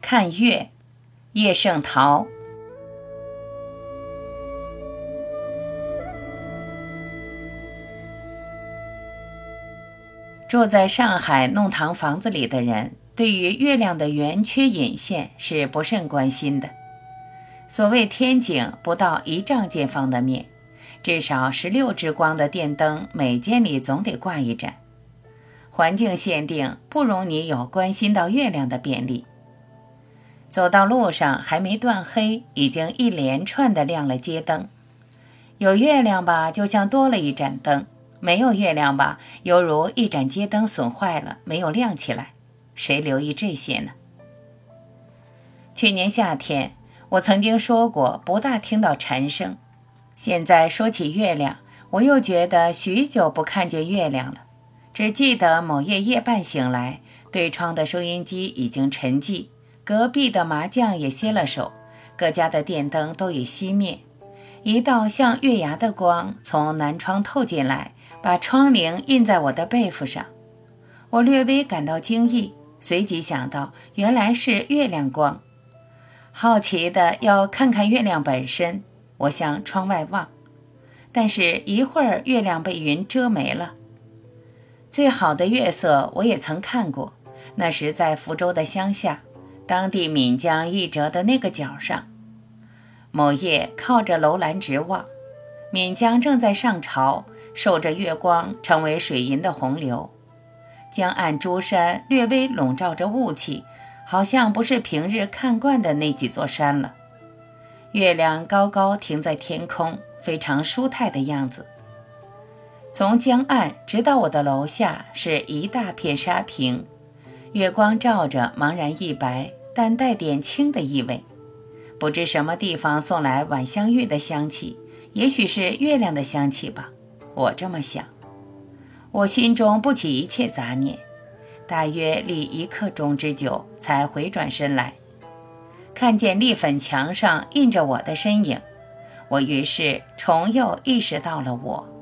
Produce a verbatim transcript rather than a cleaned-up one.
看月，叶圣陶。住在上海弄堂房子里的人，对于月亮的圆缺隐现是不甚关心的。所谓天井不到一丈见方的面，至少十六支光的电灯每间里总得挂一盏。环境限定不容你有关心到月亮的便利。走到路上还没断黑，已经一连串的亮了街灯。有月亮吧，就像多了一盏灯；没有月亮吧，犹如一盏街灯损坏了，没有亮起来。谁留意这些呢？去年夏天，我曾经说过不大听到蝉声。现在说起月亮，我又觉得许久不看见月亮了。只记得某夜夜半醒来，对窗的收音机已经沉寂，隔壁的麻将也歇了手，各家的电灯都已熄灭。一道像月牙的光从南窗透进来，把窗棂印在我的背负上。我略微感到惊异，随即想到原来是月亮光。好奇的要看看月亮本身，我向窗外望，但是一会儿月亮被云遮没了。最好的月色我也曾看过，那时在福州的乡下，当地岷江一折的那个角上。某夜靠着楼栏直望，岷江正在上潮，受着月光成为水银的洪流。江岸诸山略微笼罩着雾气，好像不是平日看惯的那几座山了。月亮高高停在天空，非常舒泰的样子。从江岸直到我的楼下是一大片沙坪，月光照着茫然一白，但带点青的意味。不知什么地方送来晚香玉的香气，也许是月亮的香气吧，我这么想。我心中不起一切杂念，大约立一刻钟之久，才回转身来，看见立粉墙上印着我的身影，我于是重又意识到了我。